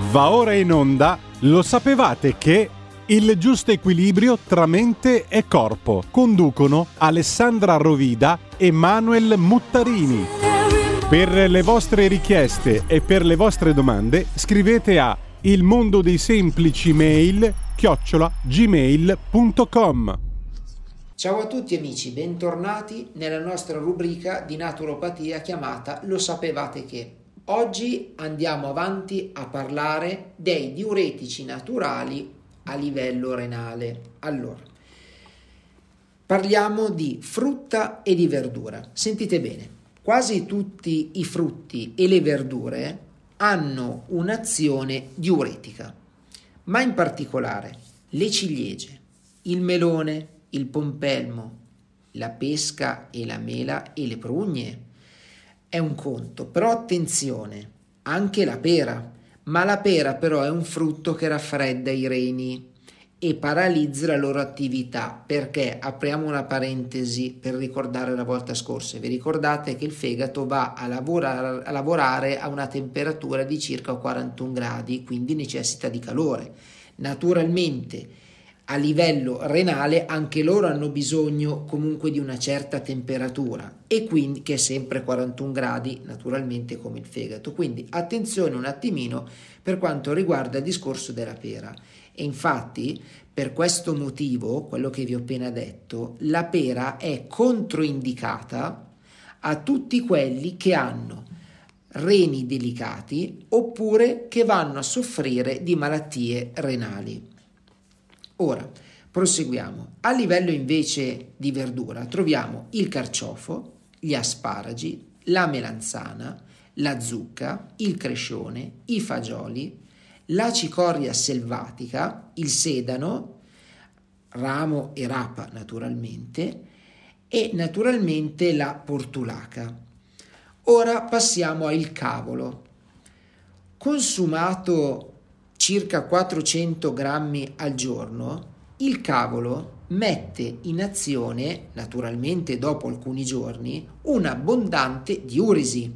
Va ora in onda, lo sapevate che il giusto equilibrio tra mente e corpo conducono Alessandra Rovida e Manuel Muttarini. Per le vostre richieste e per le vostre domande scrivete a ilmondodeisemplicimail@gmail.com. Ciao a tutti amici, bentornati nella nostra rubrica di naturopatia chiamata Lo sapevate che? Oggi andiamo avanti a parlare dei diuretici naturali a livello renale. Allora, parliamo di frutta e di verdura. Sentite bene, quasi tutti i frutti e le verdure hanno un'azione diuretica, ma in particolare le ciliegie, il melone, il pompelmo, la pesca e la mela e le prugne è un conto, però attenzione, anche la pera, ma la pera però è un frutto che raffredda i reni e paralizza la loro attività, perché apriamo una parentesi per ricordare la volta scorsa, vi ricordate che il fegato va a lavorare a una temperatura di circa 41 gradi, quindi necessita di calore. Naturalmente a livello renale anche loro hanno bisogno comunque di una certa temperatura, e quindi che è sempre 41 gradi naturalmente come il fegato. Quindi attenzione un attimino per quanto riguarda il discorso della pera. E infatti per questo motivo, quello che vi ho appena detto, la pera è controindicata a tutti quelli che hanno reni delicati oppure che vanno a soffrire di malattie renali. Ora, proseguiamo. A livello invece di verdura troviamo il carciofo, gli asparagi, la melanzana, la zucca, il crescione, i fagioli, la cicoria selvatica, il sedano, ramo e rapa naturalmente, e naturalmente la portulaca. Ora passiamo al cavolo. Consumato circa 400 grammi al giorno, il cavolo mette in azione, naturalmente dopo alcuni giorni, un'abbondante diuresi.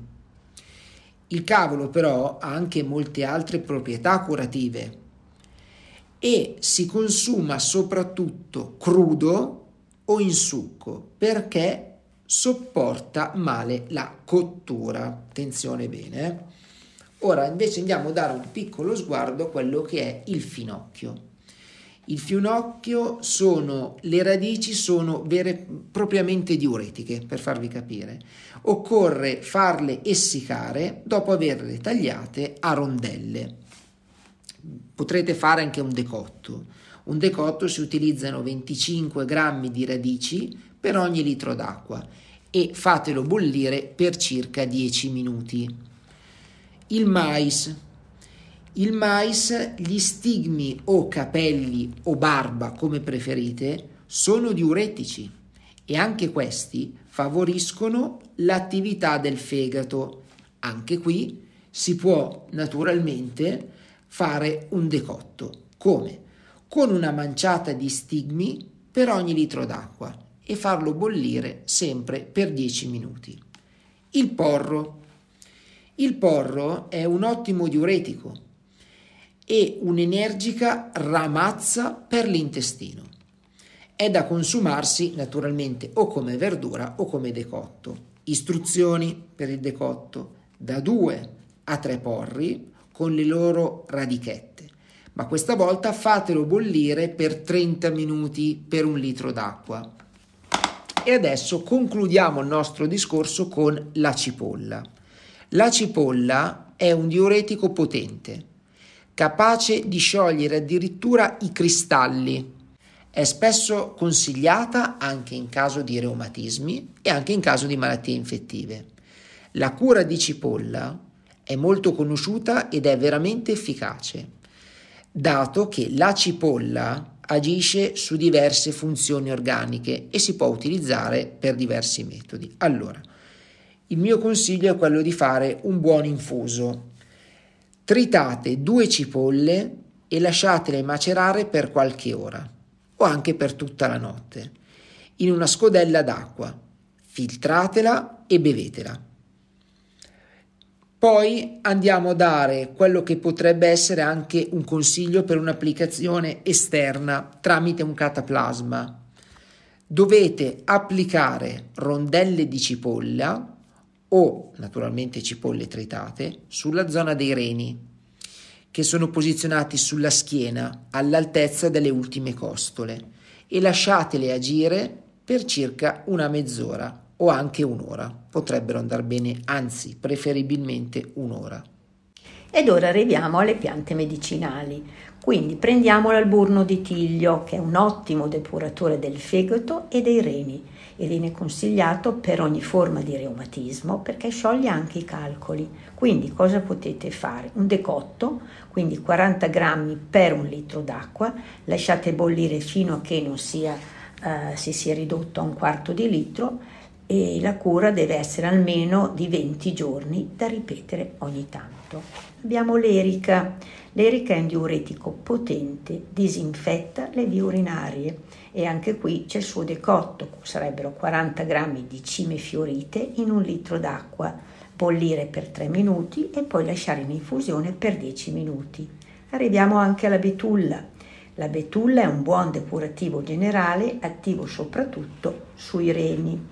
Il cavolo però ha anche molte altre proprietà curative e si consuma soprattutto crudo o in succo perché sopporta male la cottura. Attenzione bene. Ora invece andiamo a dare un piccolo sguardo a quello che è il finocchio. Il finocchio le radici sono propriamente diuretiche, per farvi capire. Occorre farle essiccare dopo averle tagliate a rondelle. Potrete fare anche un decotto. Un decotto si utilizzano 25 grammi di radici per ogni litro d'acqua e fatelo bollire per circa 10 minuti. Il mais, gli stigmi o capelli o barba, come preferite, sono diuretici e anche questi favoriscono l'attività del fegato. Anche qui si può naturalmente fare un decotto. Come? Con una manciata di stigmi per ogni litro d'acqua e farlo bollire sempre per 10 minuti. Il porro è un ottimo diuretico e un'energica ramazza per l'intestino. È da consumarsi naturalmente o come verdura o come decotto. Istruzioni per il decotto: da 2 a 3 porri con le loro radichette, ma questa volta fatelo bollire per 30 minuti per un litro d'acqua. E adesso concludiamo il nostro discorso con la cipolla. La cipolla è un diuretico potente, capace di sciogliere addirittura i cristalli. È spesso consigliata anche in caso di reumatismi e anche in caso di malattie infettive. La cura di cipolla è molto conosciuta ed è veramente efficace, dato che la cipolla agisce su diverse funzioni organiche e si può utilizzare per diversi metodi. Allora, il mio consiglio è quello di fare un buon infuso. Tritate 2 cipolle e lasciatele macerare per qualche ora o anche per tutta la notte in una scodella d'acqua. Filtratela e bevetela. Poi andiamo a dare quello che potrebbe essere anche un consiglio per un'applicazione esterna tramite un cataplasma. Dovete applicare rondelle di cipolla o naturalmente cipolle tritate sulla zona dei reni, che sono posizionati sulla schiena all'altezza delle ultime costole, e lasciatele agire per circa una mezz'ora o anche un'ora. Potrebbero andare bene, anzi preferibilmente un'ora. Ed ora arriviamo alle piante medicinali. Quindi prendiamo l'alburno di tiglio, che è un ottimo depuratore del fegato e dei reni, e viene consigliato per ogni forma di reumatismo perché scioglie anche i calcoli. Quindi cosa potete fare? Un decotto, quindi 40 grammi per un litro d'acqua, lasciate bollire fino a che non si sia ridotto a un quarto di litro, e la cura deve essere almeno di 20 giorni da ripetere ogni tanto. Abbiamo l'erica. L'erica è un diuretico potente, disinfetta le vie urinarie e anche qui c'è il suo decotto, sarebbero 40 grammi di cime fiorite in un litro d'acqua, bollire per 3 minuti e poi lasciare in infusione per 10 minuti. Arriviamo anche alla betulla. La betulla è un buon depurativo generale, attivo soprattutto sui reni.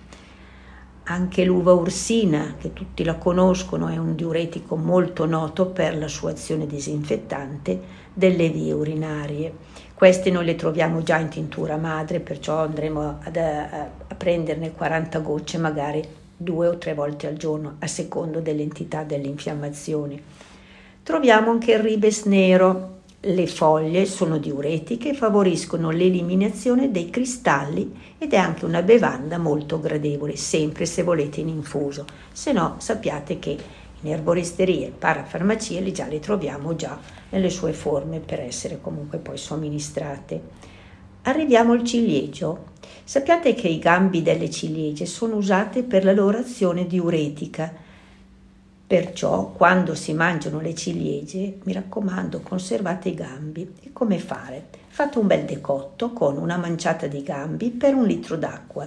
Anche l'uva ursina, che tutti la conoscono, è un diuretico molto noto per la sua azione disinfettante delle vie urinarie. Queste noi le troviamo già in tintura madre, perciò andremo a prenderne 40 gocce, magari 2 o 3 volte al giorno, a secondo dell'entità dell'infiammazione. Troviamo anche il ribes nero. Le foglie sono diuretiche e favoriscono l'eliminazione dei cristalli ed è anche una bevanda molto gradevole, sempre se volete in infuso. Se no sappiate che in erboristerie e parafarmacie già le troviamo già nelle sue forme per essere comunque poi somministrate. Arriviamo al ciliegio. Sappiate che i gambi delle ciliegie sono usate per la loro azione diuretica. Perciò quando si mangiano le ciliegie, mi raccomando, conservate i gambi. E come fare? Fate un bel decotto con una manciata di gambi per un litro d'acqua.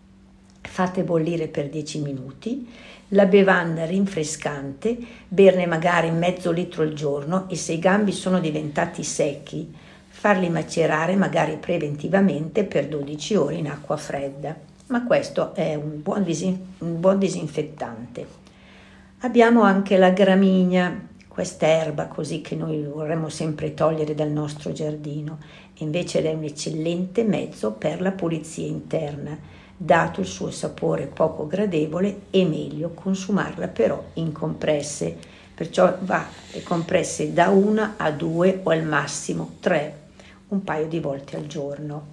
Fate bollire per 10 minuti, la bevanda rinfrescante, berne magari mezzo litro al giorno e se i gambi sono diventati secchi, farli macerare magari preventivamente per 12 ore in acqua fredda. Ma questo è un buon disinfettante. Abbiamo anche la gramigna, questa erba così che noi vorremmo sempre togliere dal nostro giardino, e invece è un eccellente mezzo per la pulizia interna, dato il suo sapore poco gradevole è meglio consumarla però in compresse, perciò va le compresse da 1 a 2 o al massimo 3, un paio di volte al giorno.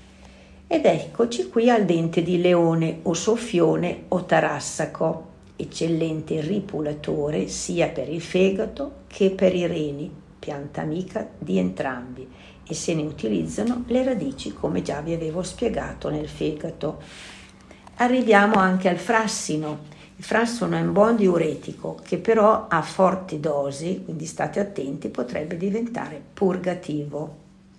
Ed eccoci qui al dente di leone o soffione o tarassaco. Eccellente ripulatore sia per il fegato che per i reni, pianta amica di entrambi, e se ne utilizzano le radici come già vi avevo spiegato nel fegato. Arriviamo anche al frassino. Il frassino è un buon diuretico che però a forti dosi, quindi state attenti, potrebbe diventare purgativo.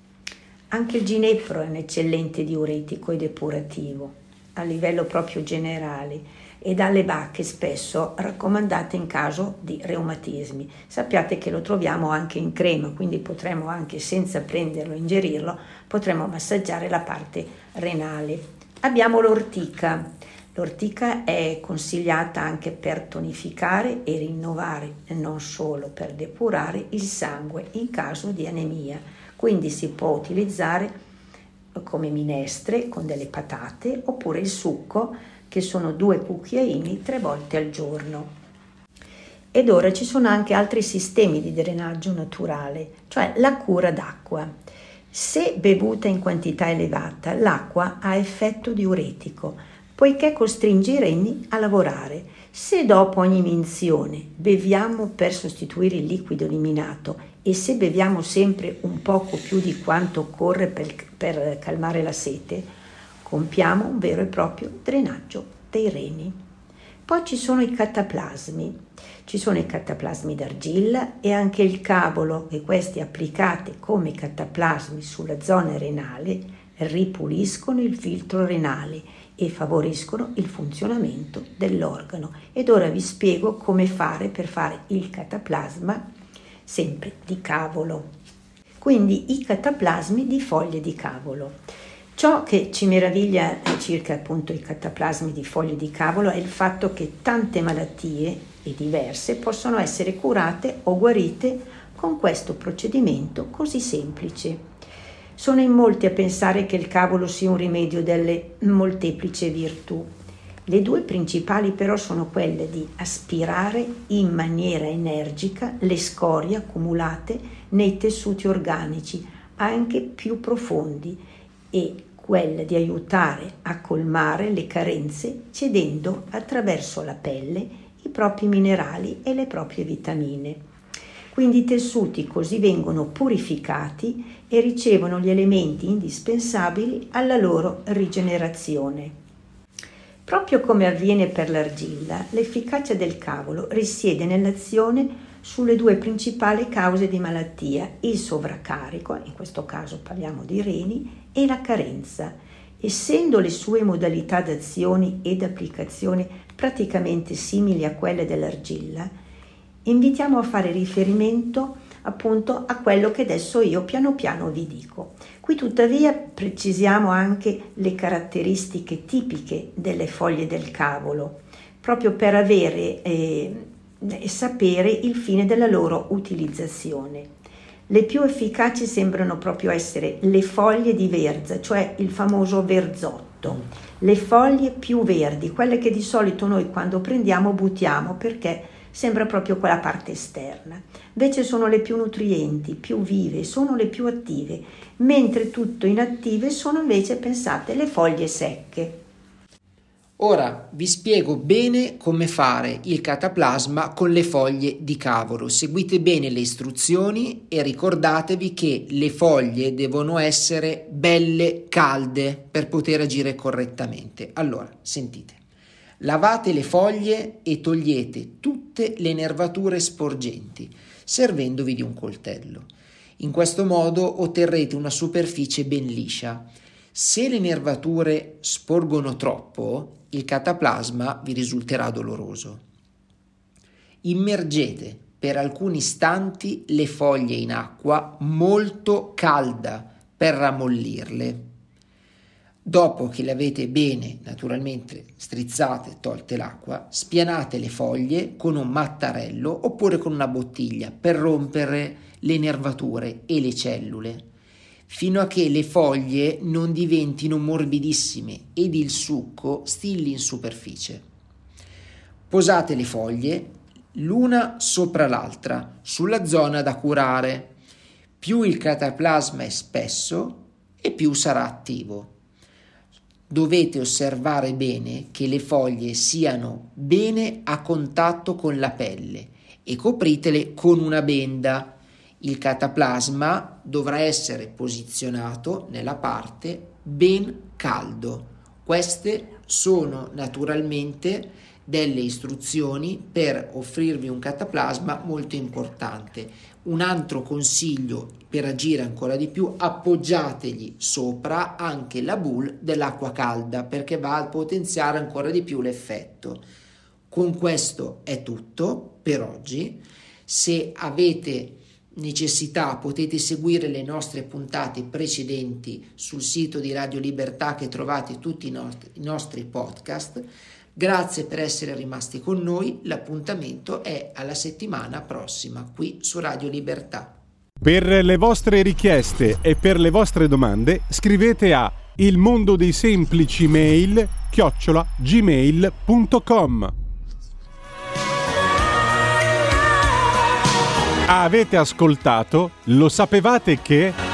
Anche il ginepro è un eccellente diuretico e depurativo a livello proprio generale, e dalle bacche spesso raccomandate in caso di reumatismi. Sappiate che lo troviamo anche in crema, quindi potremo anche senza prenderlo, ingerirlo, potremo massaggiare la parte renale. Abbiamo l'ortica. L'ortica è consigliata anche per tonificare e rinnovare, non solo per depurare il sangue in caso di anemia. Quindi si può utilizzare come minestre con delle patate oppure il succo, che sono 2 cucchiaini 3 volte al giorno. Ed ora ci sono anche altri sistemi di drenaggio naturale, cioè la cura d'acqua. Se bevuta in quantità elevata, l'acqua ha effetto diuretico, poiché costringe i reni a lavorare. Se dopo ogni minzione beviamo per sostituire il liquido eliminato e se beviamo sempre un poco più di quanto occorre per calmare la sete, compiamo un vero e proprio drenaggio dei reni. Poi ci sono i cataplasmi. Ci sono i cataplasmi d'argilla e anche il cavolo, e questi applicati come cataplasmi sulla zona renale ripuliscono il filtro renale e favoriscono il funzionamento dell'organo. Ed ora vi spiego come fare per fare il cataplasma sempre di cavolo. Quindi i cataplasmi di foglie di cavolo. Ciò che ci meraviglia circa appunto i cataplasmi di foglie di cavolo è il fatto che tante malattie e diverse possono essere curate o guarite con questo procedimento così semplice. Sono in molti a pensare che il cavolo sia un rimedio delle molteplici virtù. Le due principali però sono quelle di aspirare in maniera energica le scorie accumulate nei tessuti organici, anche più profondi, e quella di aiutare a colmare le carenze cedendo attraverso la pelle i propri minerali e le proprie vitamine. Quindi i tessuti così vengono purificati e ricevono gli elementi indispensabili alla loro rigenerazione. Proprio come avviene per l'argilla, l'efficacia del cavolo risiede nell'azione sulle due principali cause di malattia, il sovraccarico, in questo caso parliamo di reni, e la carenza. Essendo le sue modalità d'azione ed applicazione praticamente simili a quelle dell'argilla, invitiamo a fare riferimento appunto a quello che adesso io piano piano vi dico. Qui tuttavia precisiamo anche le caratteristiche tipiche delle foglie del cavolo, proprio per avere e sapere il fine della loro utilizzazione. Le più efficaci sembrano proprio essere le foglie di verza, cioè il famoso verzotto, le foglie più verdi, quelle che di solito noi quando prendiamo buttiamo perché sembra proprio quella parte esterna. Invece sono le più nutrienti, più vive, sono le più attive, mentre tutto inattive sono invece, pensate, le foglie secche. Ora vi spiego bene come fare il cataplasma con le foglie di cavolo. Seguite bene le istruzioni e ricordatevi che le foglie devono essere belle calde per poter agire correttamente. Allora, sentite. Lavate le foglie e togliete tutte le nervature sporgenti, servendovi di un coltello. In questo modo otterrete una superficie ben liscia. Se le nervature sporgono troppo, il cataplasma vi risulterà doloroso. Immergete per alcuni istanti le foglie in acqua molto calda per rammollirle. Dopo che le avete bene, naturalmente strizzate e tolte l'acqua, spianate le foglie con un mattarello oppure con una bottiglia per rompere le nervature e le cellule, fino a che le foglie non diventino morbidissime ed il succo stilli in superficie. Posate le foglie l'una sopra l'altra sulla zona da curare. Più il cataplasma è spesso e più sarà attivo. Dovete osservare bene che le foglie siano bene a contatto con la pelle e copritele con una benda. Il cataplasma dovrà essere posizionato nella parte ben caldo. Queste sono naturalmente delle istruzioni per offrirvi un cataplasma molto importante. Un altro consiglio per agire ancora di più: appoggiategli sopra anche la boule dell'acqua calda perché va a potenziare ancora di più l'effetto. Con questo è tutto per oggi. Se avete necessità potete seguire le nostre puntate precedenti sul sito di Radio Libertà, che trovate tutti i nostri podcast. Grazie per essere rimasti con noi, l'appuntamento è alla settimana prossima qui su Radio Libertà. Per le vostre richieste e per le vostre domande scrivete a ilmondodeisemplici@gmail.com. Avete ascoltato? Lo sapevate che...